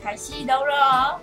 开始录咯。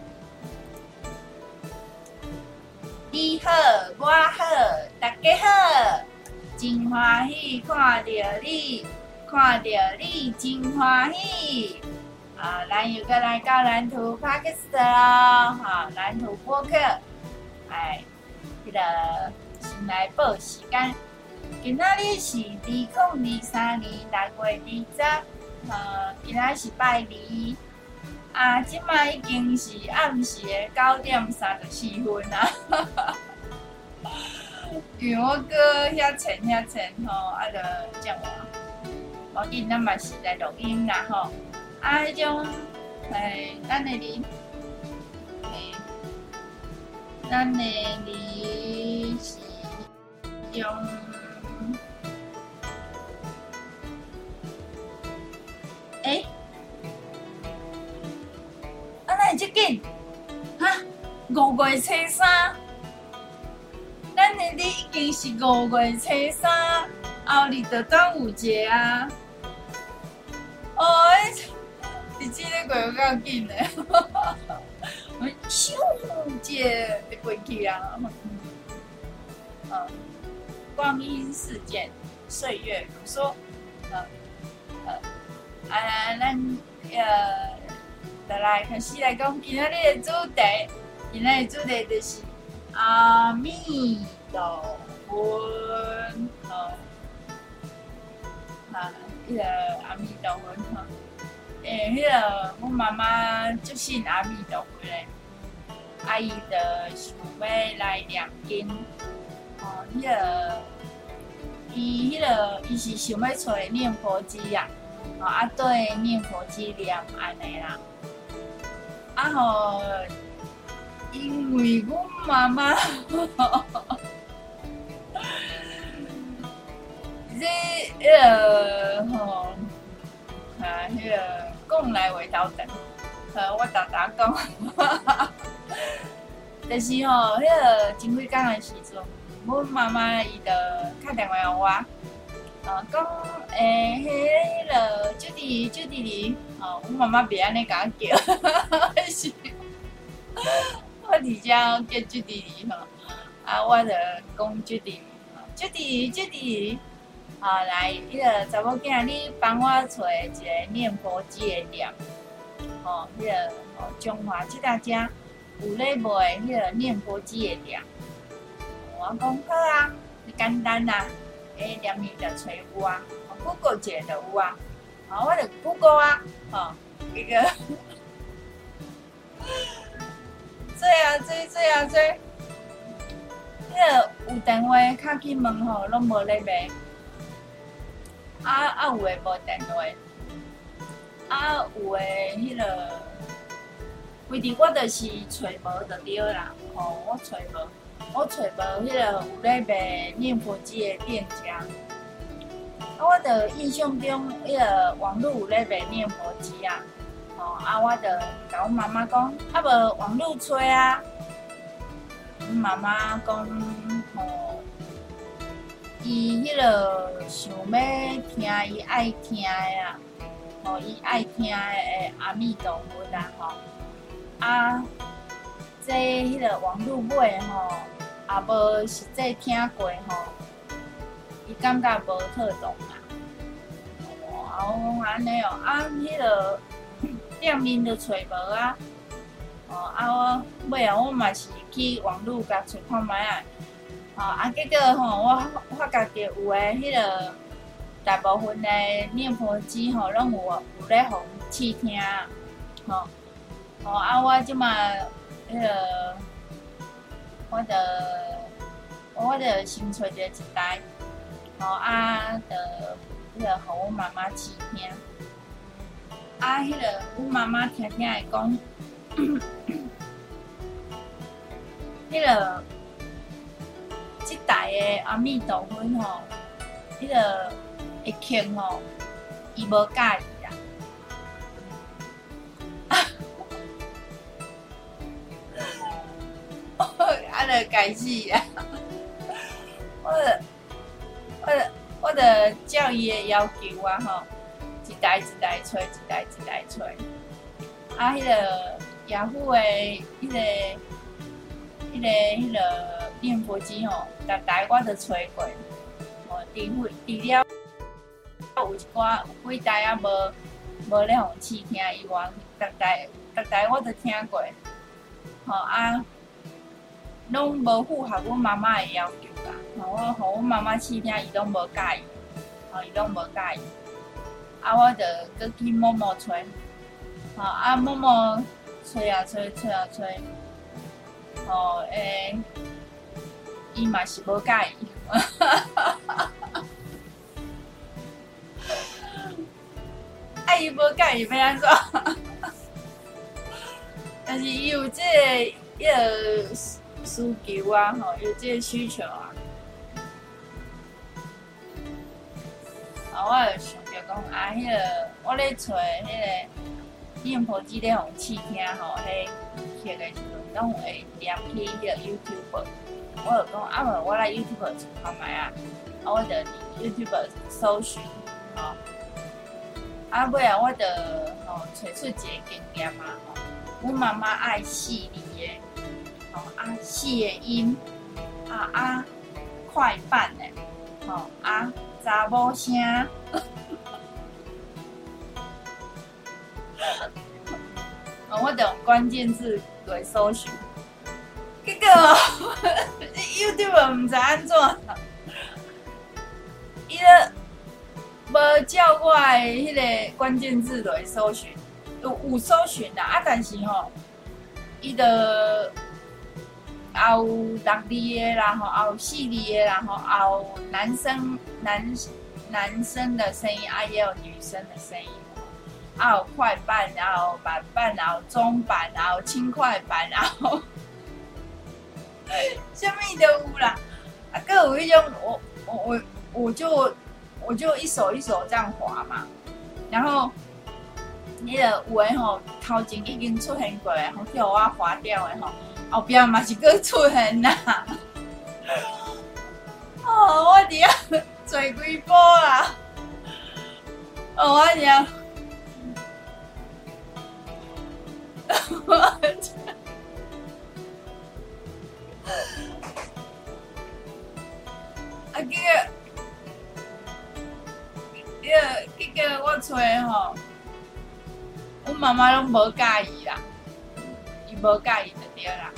你好，我好，大家好，真欢喜看到你，看到你真欢喜。咱又搁来到蓝图 Podcast 咯，蓝图播客，迄个先来报时间。今仔日是2023年6月20，今仔是拜二，即摆已经是暗时的9:34因为我搁遐穿吼，就这样无紧，咱嘛是来录音啦吼。迄种，咱的哩，咱的哩是用。哪会这紧？5月初3，咱的哩已经是5月初3，后日就端午节啊！日子咧过有够紧的，咻节就过去啊！光阴似箭，岁月如梭，咱就来开始来讲今仔日的主题。今仔日主题就是阿弥陀佛，迄个阿弥陀佛吼。迄个阮妈妈就信阿弥陀佛咧，伊就想要来念经，迄个伊是想要找念佛机啊，对念佛机念安尼啦，因为阮妈妈迄个讲来话头长，我常常讲，就是吼，迄个前几工的时阵，阮妈妈伊就敲电话互我，讲迄个舅弟，阮妈妈袂安尼甲我叫，是，我直接叫舅弟吼，我就讲舅弟。来，迄个查某囝，你帮我找一个念佛机的店，迄个中华这大家有咧卖迄个念佛机的店。我讲好啊，简单啊，念面就找有啊，Google 一下就有啊，我就 Google 啊，迄个做，迄个有电话敲去问吼，拢无咧卖。有诶无电话，有诶迄个，规日我就是找无就对啦。我找无迄个有咧卖念佛机诶店家。我就印象中迄个网络有咧卖念佛机啊。我就甲阮妈妈讲，无网络找啊。阮妈妈讲，伊迄个想要听伊爱听的啊，伊爱听的阿弥陀佛啦，这迄个网络买也无实际听过伊感觉无妥当啦。我讲安尼迄个店面就找无啊，我尾啊，我嘛是去网络甲找看觅啊。结果我发觉到有诶迄个大部分诶念佛机拢有咧互试听我即马迄个我就先找着一台，就迄个互阮妈妈试听，迄个阮妈妈听会讲，迄个。即台的阿弥陀佛迄个会听伊无介意就开始啊！我就照伊的要求啊一台一台找， 啊，迄个雅虎的迄个念佛机吼，逐台我都吹过。哦，除了有几台啊无咧互试听以外，逐台我都听过。吼啊，拢无符合阮妈妈的要求啦。吼，我互阮妈妈试听，伊拢无介意。吼，伊拢无介意。啊，我就搁去某某吹。吼啊，某某吹啊吹，吹啊吹。吼，伊嘛是无介意。啊，伊无介意要安怎？但是伊有迄个需求啊，吼，有这个需求啊。啊，我就想着讲啊，迄个我咧找迄个念佛机咧，互试听吼，迄翕的时阵，拢会连去迄个 YouTube。我就讲啊，无我来 YouTube 看卖啊，啊，我就 YouTube 搜寻，吼，啊，尾啊，我就吼找出一个经验啊，吼，阮妈妈爱细腻的，吼啊细的音，啊快板的，吼啊查某声，我就用关键字来搜寻。结果YouTube 唔知安怎，伊咧无照我的迄个关键字来搜寻，有搜寻啦，啊，但是吼，伊就有6字的啦，吼，有4字的啦，吼，有男生的声音，啊，也有女生的声音。啊，有快板，然后慢板，然后中板，然后轻快板，然后什么都有啦。啊，各有一种我就一首一首这样滑嘛，然后你的有的吼头前已经出现过的，吼叫我划掉的吼，后边嘛是搁出现啦。哦，我伫遐做几波啦。哦，我伫遐。啊，结果我找吼，阮妈妈拢无介意啦，伊无介意就对啦。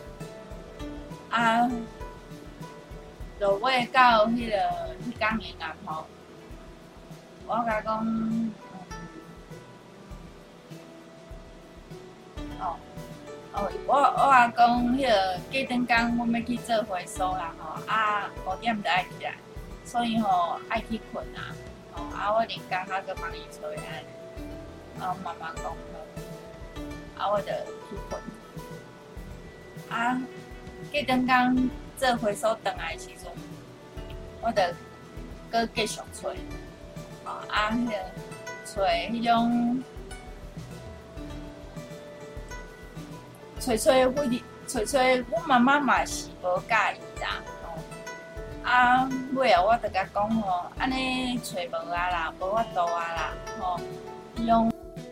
啊，就尾到迄天的暗吼，我甲讲。我讲迄个过顿工，我要去做回收啦吼，啊5点就爱起来，所以吼爱去困啊，吼啊我连工还搁帮伊吹安，啊我妈妈讲好，啊我就去困，啊过顿工做回收回来的时阵，我就搁继续吹，吼啊迄个吹迄种。吹，阮妈妈嘛是无介意啦。啊，尾啊，我就甲讲吼，安尼吹无啊啦，无法度啊啦，吼，用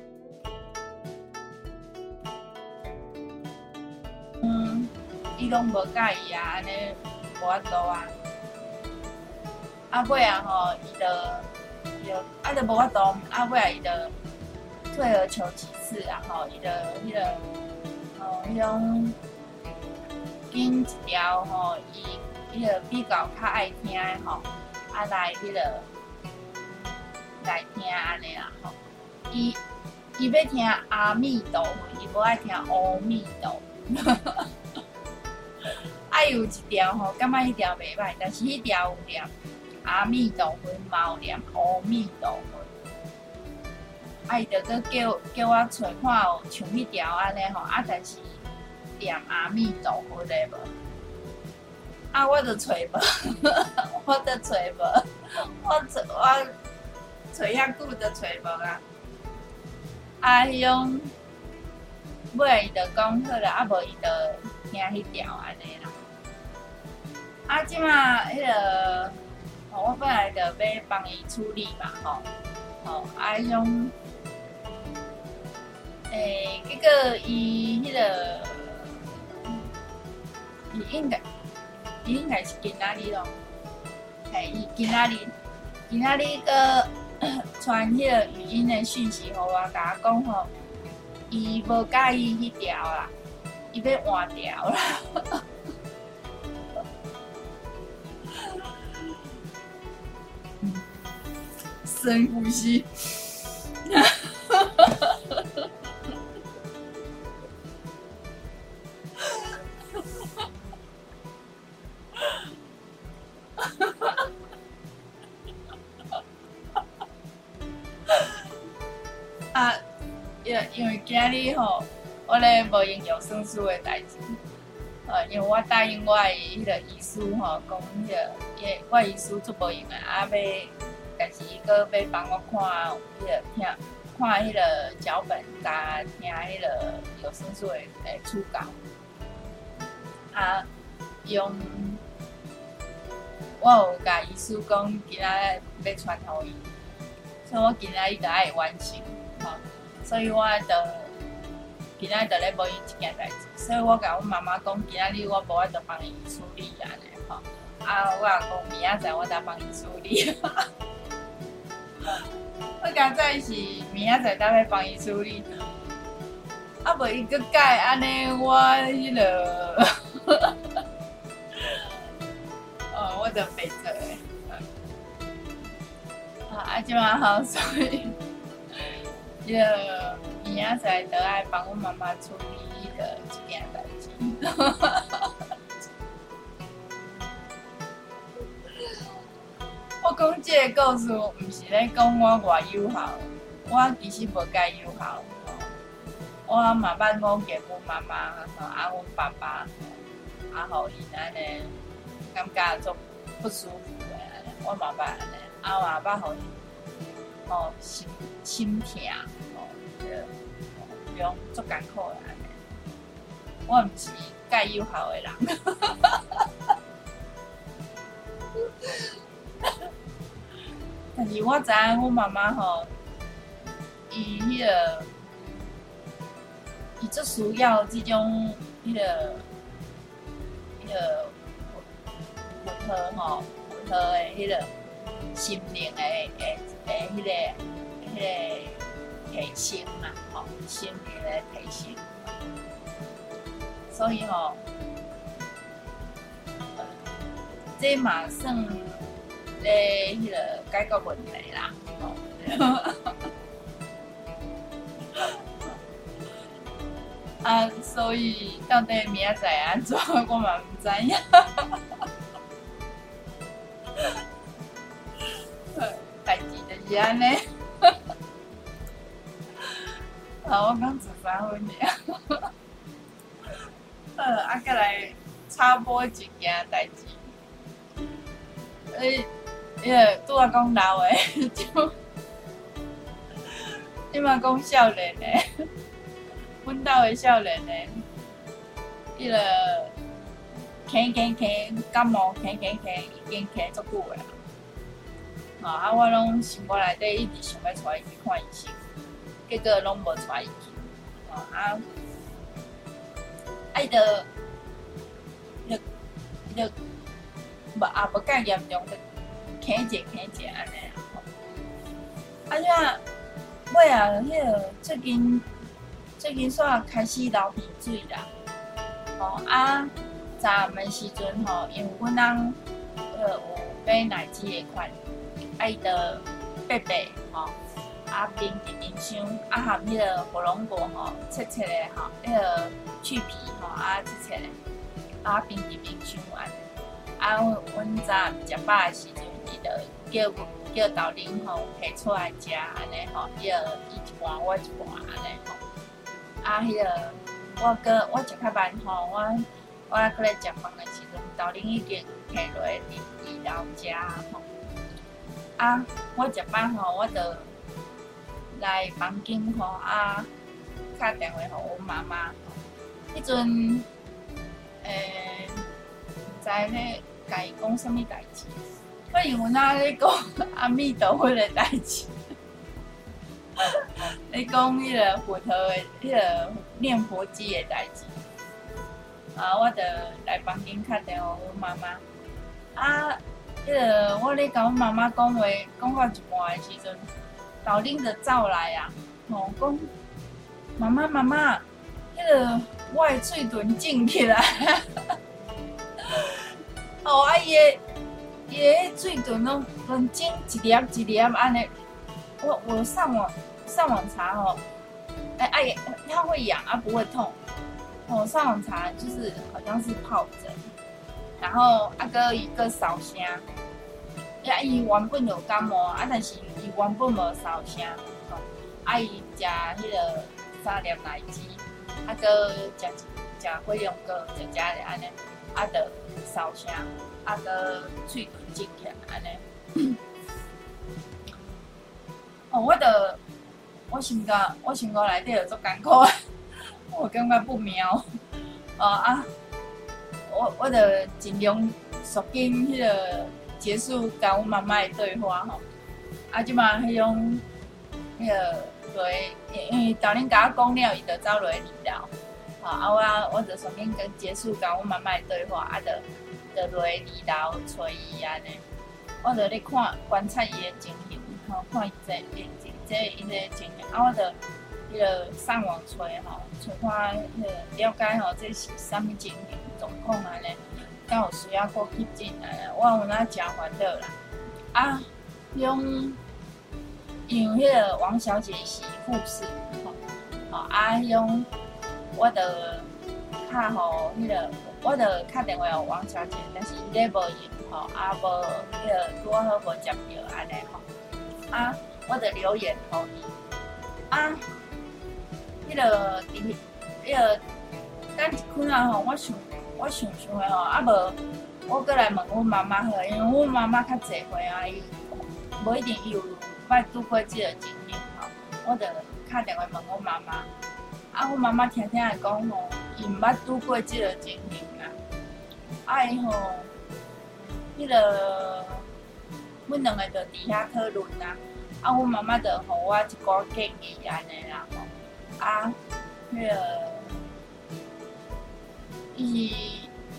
伊拢无介意啊，安尼无法度啊。啊，尾啊吼，伊就无法度，啊尾啊伊就退而求其次啊，吼，伊就迄个。迄种紧一条吼，伊就比较较爱听的吼，啊来来听安尼啦吼。伊要听阿弥陀佛，伊无爱听阿弥陀佛。啊有一条吼，感觉迄条袂歹，但是迄条有念阿弥陀佛，嘛有念阿弥陀佛。啊伊就搁叫我找看有像迄条安尼吼，啊但是。念阿弥陀佛嘞无，啊，我就找无，我找遐久就找无啊。啊，迄种尾伊就讲好啦，啊无伊就听迄条安尼啦。啊，即马迄个，我本来就要帮伊处理嘛，吼，啊，迄种。 结果伊迄个，伊应该是今仔日咯，伊今仔日个传迄个语音的讯息互我，甲我讲吼，伊无介意迄条啦，伊要换条啦。深呼吸。啊，因为今日吼，我咧无用有算数的代志，因为我答应我的迄个医师吼，讲迄个，我医师做无用的，要，但是伊搁要帮我看迄个看迄个脚本，甲听迄个有算数的初稿，啊，我有甲医师讲，今仔要传互伊，所以我今仔伊就爱完成。所以我今仔就咧无伊一件代志，所以我甲我妈妈讲，今仔日我无法度帮伊处理安尼吼。啊，我也讲明仔载我再帮伊处理。我刚才是明仔载才要帮伊处理，啊无伊搁改安尼，我迄个，我就白做诶。啊，即马好，所以。明仔载就爱帮我妈妈处理迄个一件代志。我讲这个故事，毋是咧讲我偌友好，我其实无介友好。我嘛捌我岳母妈妈，啊，阮爸爸，啊，互因安尼感觉足不舒服诶，安尼，我嘛捌安尼，啊，我也捌互因。心痛，用足艰苦的安尼。我毋是介友好的人。但是我知影我妈妈吼，伊足需要即种混合的迄个心灵的迄个提升嘛，吼，心灵的提升。所以吼，这嘛算咧迄个解决问题啦，吼。啊，所以到底明仔载安怎，我嘛毋知影。代志就是安尼。我讲13分尔。啊，再来插播一件代志。拄仔讲老的，即嘛讲少年的，阮兜的少年的，迄个感冒已经足久的啦。啊，我拢心肝内底一直想要带伊去看医生，结果拢无带伊去。伊就无介严重，就咳者安尼啊。尾啊，迄个最近煞开始流鼻水啦。昨暗的时阵因为阮翁有买奶子的款，伊就白冰伫冰箱，含迄个火龙果切的迄个去皮切的，冰伫冰箱安。阮昨暗食饱的时阵，伊就叫豆奶摕出来食安尼伊一半我一半安尼迄个我食较慢我搁咧食饭的时阵，豆奶已經摕落伫樓遮我食飽我就來房間打電話互阮媽媽。迄陣毋知咧甲伊講啥物代志，可能阮咧講阿彌陀佛的代志。 你讲迄个佛陀的迄个念佛机的代志，我就来房间打电话阮妈妈。迄个我咧甲阮妈妈讲话，讲到一半的时阵，豆奶就走来啊，讲妈妈妈妈，迄个我的喙唇肿起来，伊的喙唇拢肿一粒一粒安尼。我上网查它会痒不会痛。我上网查就是好像是疱疹，然后哥一个烧声，伊原本有感冒但是伊原本无烧声，伊食迄个3粒奶鸡，哥食火龙果，食的安尼，就烧声，哥喙唇肿起来安尼。我心肝内底就足艰苦，我感觉不妙。我就尽量速紧迄个结束甲阮妈妈的对话吼。即马迄种迄个落，因为豆奶甲我讲了，伊就走落去二楼。我就速紧跟结束甲阮妈妈的对话，就落去2楼找伊安尼。我就咧观察伊的情形，看伊伊个情形，我就迄个上网找看迄个了解这是啥物情形状况安尼，敢有需要搁去诊安尼，我有哪真烦恼啦。因为迄个王小姐是护士，迄种我就敲互迄个，我就敲电话互王小姐，但是伊咧无用无迄个拄好无接到安尼我就留言互伊迄个等一困我想无我过来问阮妈妈好，因为阮妈妈较侪岁伊无一定伊有捌拄过即个经验我就敲电话问阮妈妈。阮妈妈听来讲伊毋捌拄过即个情形啦。伊迄个阮两个就伫遐讨论啦。阮妈妈就互我一寡建议安尼啦迄个伊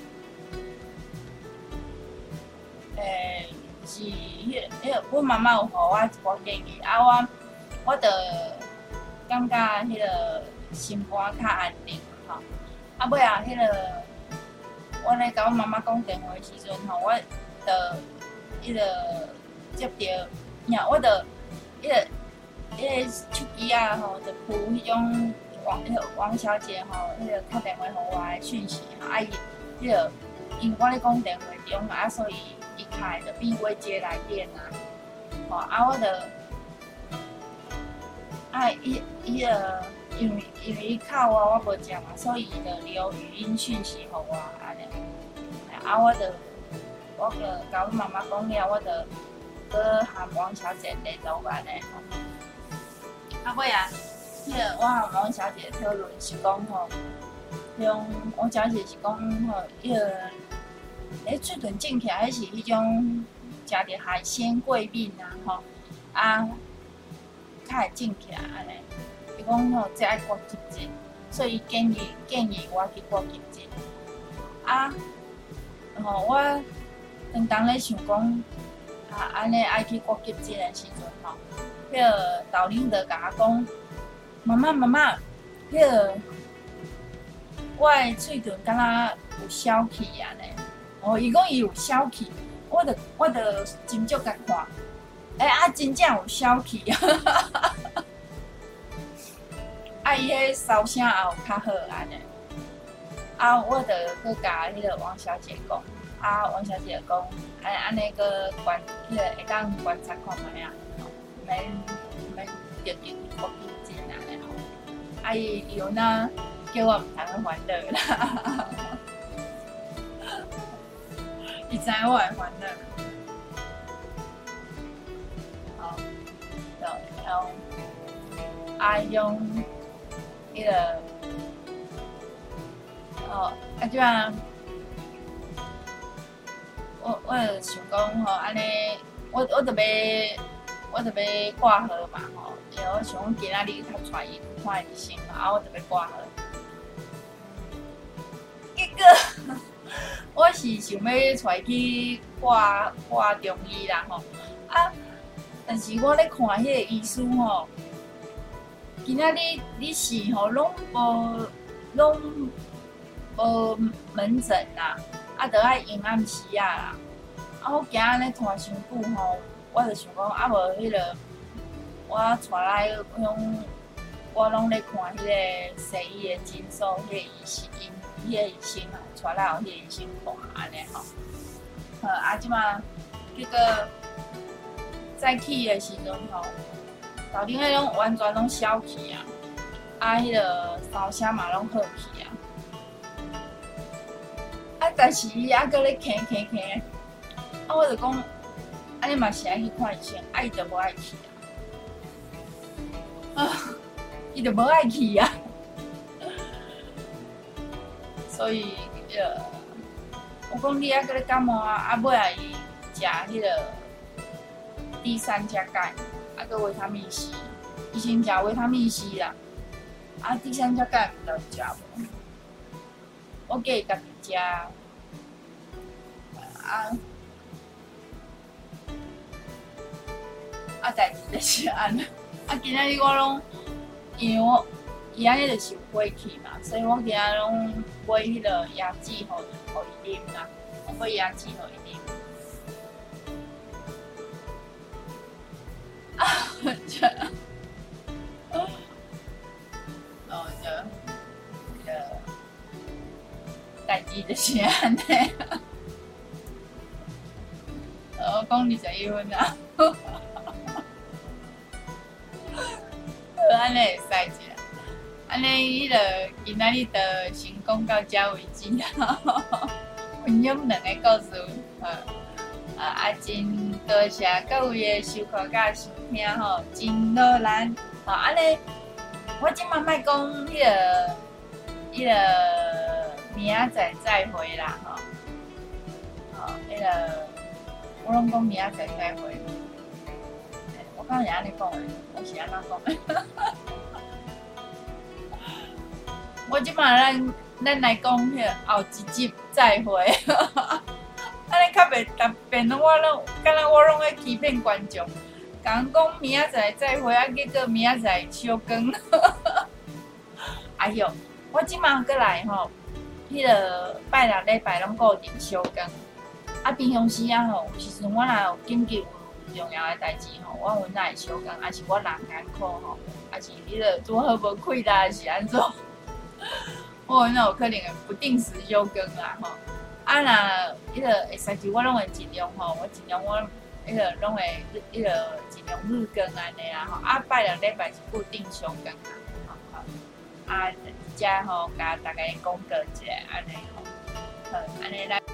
是迄个阮妈妈有互我一寡建议我就感觉迄个心肝较安定尾迄个我咧甲阮妈妈讲电话的时阵我就迄个接到我就迄个手机就附迄种王小姐迄个打电话互我的讯息伊迄个因为我咧讲电话中所以伊开就变未接来电我就伊个因为伊敲我无接所以伊就留语音讯息互我安尼。我就甲阮妈妈讲了，我就搁和王小姐联络安尼尾迄个我和王小姐讨论是讲用王小姐是讲迄个喙唇肿起来，迄是迄种食着海鲜过敏较会肿起来安尼。伊讲这爱挂急诊，所以建议我去挂急诊。我当咧想讲安尼爱去挂急诊的时阵迄个豆奶就甲我讲，妈妈，迄个我的喙唇敢若有消气安尼。伊讲伊有消气，我就真足甲看，真正有消气伊迄烧声也有较好安尼。我就搁甲迄个王小姐讲，王小姐讲，安尼搁观迄个会当观察看卖免着急挂急诊安尼伊有哪叫我毋通烦恼啦。伊知我会烦恼。用迄个即摆我就想讲安尼，我就要挂号嘛我想讲今仔日较带伊看医生，我就要挂号。结果我是想要带去挂中医啦吼，但是我咧看迄个医师吼，今仔日你是吼拢无门诊啦，就爱用暗时啦。我今仔咧拖伤久吼，我就想讲无迄个，我带来我拢咧看迄个西医的诊所，迄个医生带来互迄个医生看安尼吼。即马结果再去的时阵吼，头顶迄种完全拢消去啊，迄个烧声嘛拢好去啊。但是伊搁咧咳，我就讲，安尼嘛是爱去看医生，伊就无爱去伊就无爱去啊。所以我讲你搁咧感冒尾伊食迄个第三价钙，搁维他命 C， 伊先食维他命 C 啦，第三价钙毋知有食无？我计家己食。代志就是安尼。今仔日我拢，因为伊安尼就是有过去嘛，所以我今仔拢买迄个椰子互伊啉啦，我买椰子互伊啉。代志就是安尼。我讲21分啊。安尼会使者，安尼迄个今仔日就先讲到这为止啦。分享2个故事，真多谢各位的收看甲收听吼，真乐咱安尼，我即摆莫讲迄个明仔载再会啦迄个我拢讲明仔载再会。我刚才安尼讲的，我是安怎讲的？我即摆咱来讲迄个后一集再会，安尼较袂特别，我拢敢若我拢咧欺骗观众，甲人讲明仔载再会结果明仔载休更。哎哟，我即摆过来吼，迄个拜六礼拜拢固定休更，平常时吼，有时阵我若有紧急重要的代志吼，我阮才会休更，还是我人艰苦吼，还是迄个拄好无开啦，还是安怎？我那有可能会不定时休更啦吼。若迄个会使去，我拢会尽量吼，我尽量我迄个拢会迄个尽量日更安尼啦吼。拜六礼拜是固定休更啦，遮吼甲大家公告一下安尼吼，安尼咱。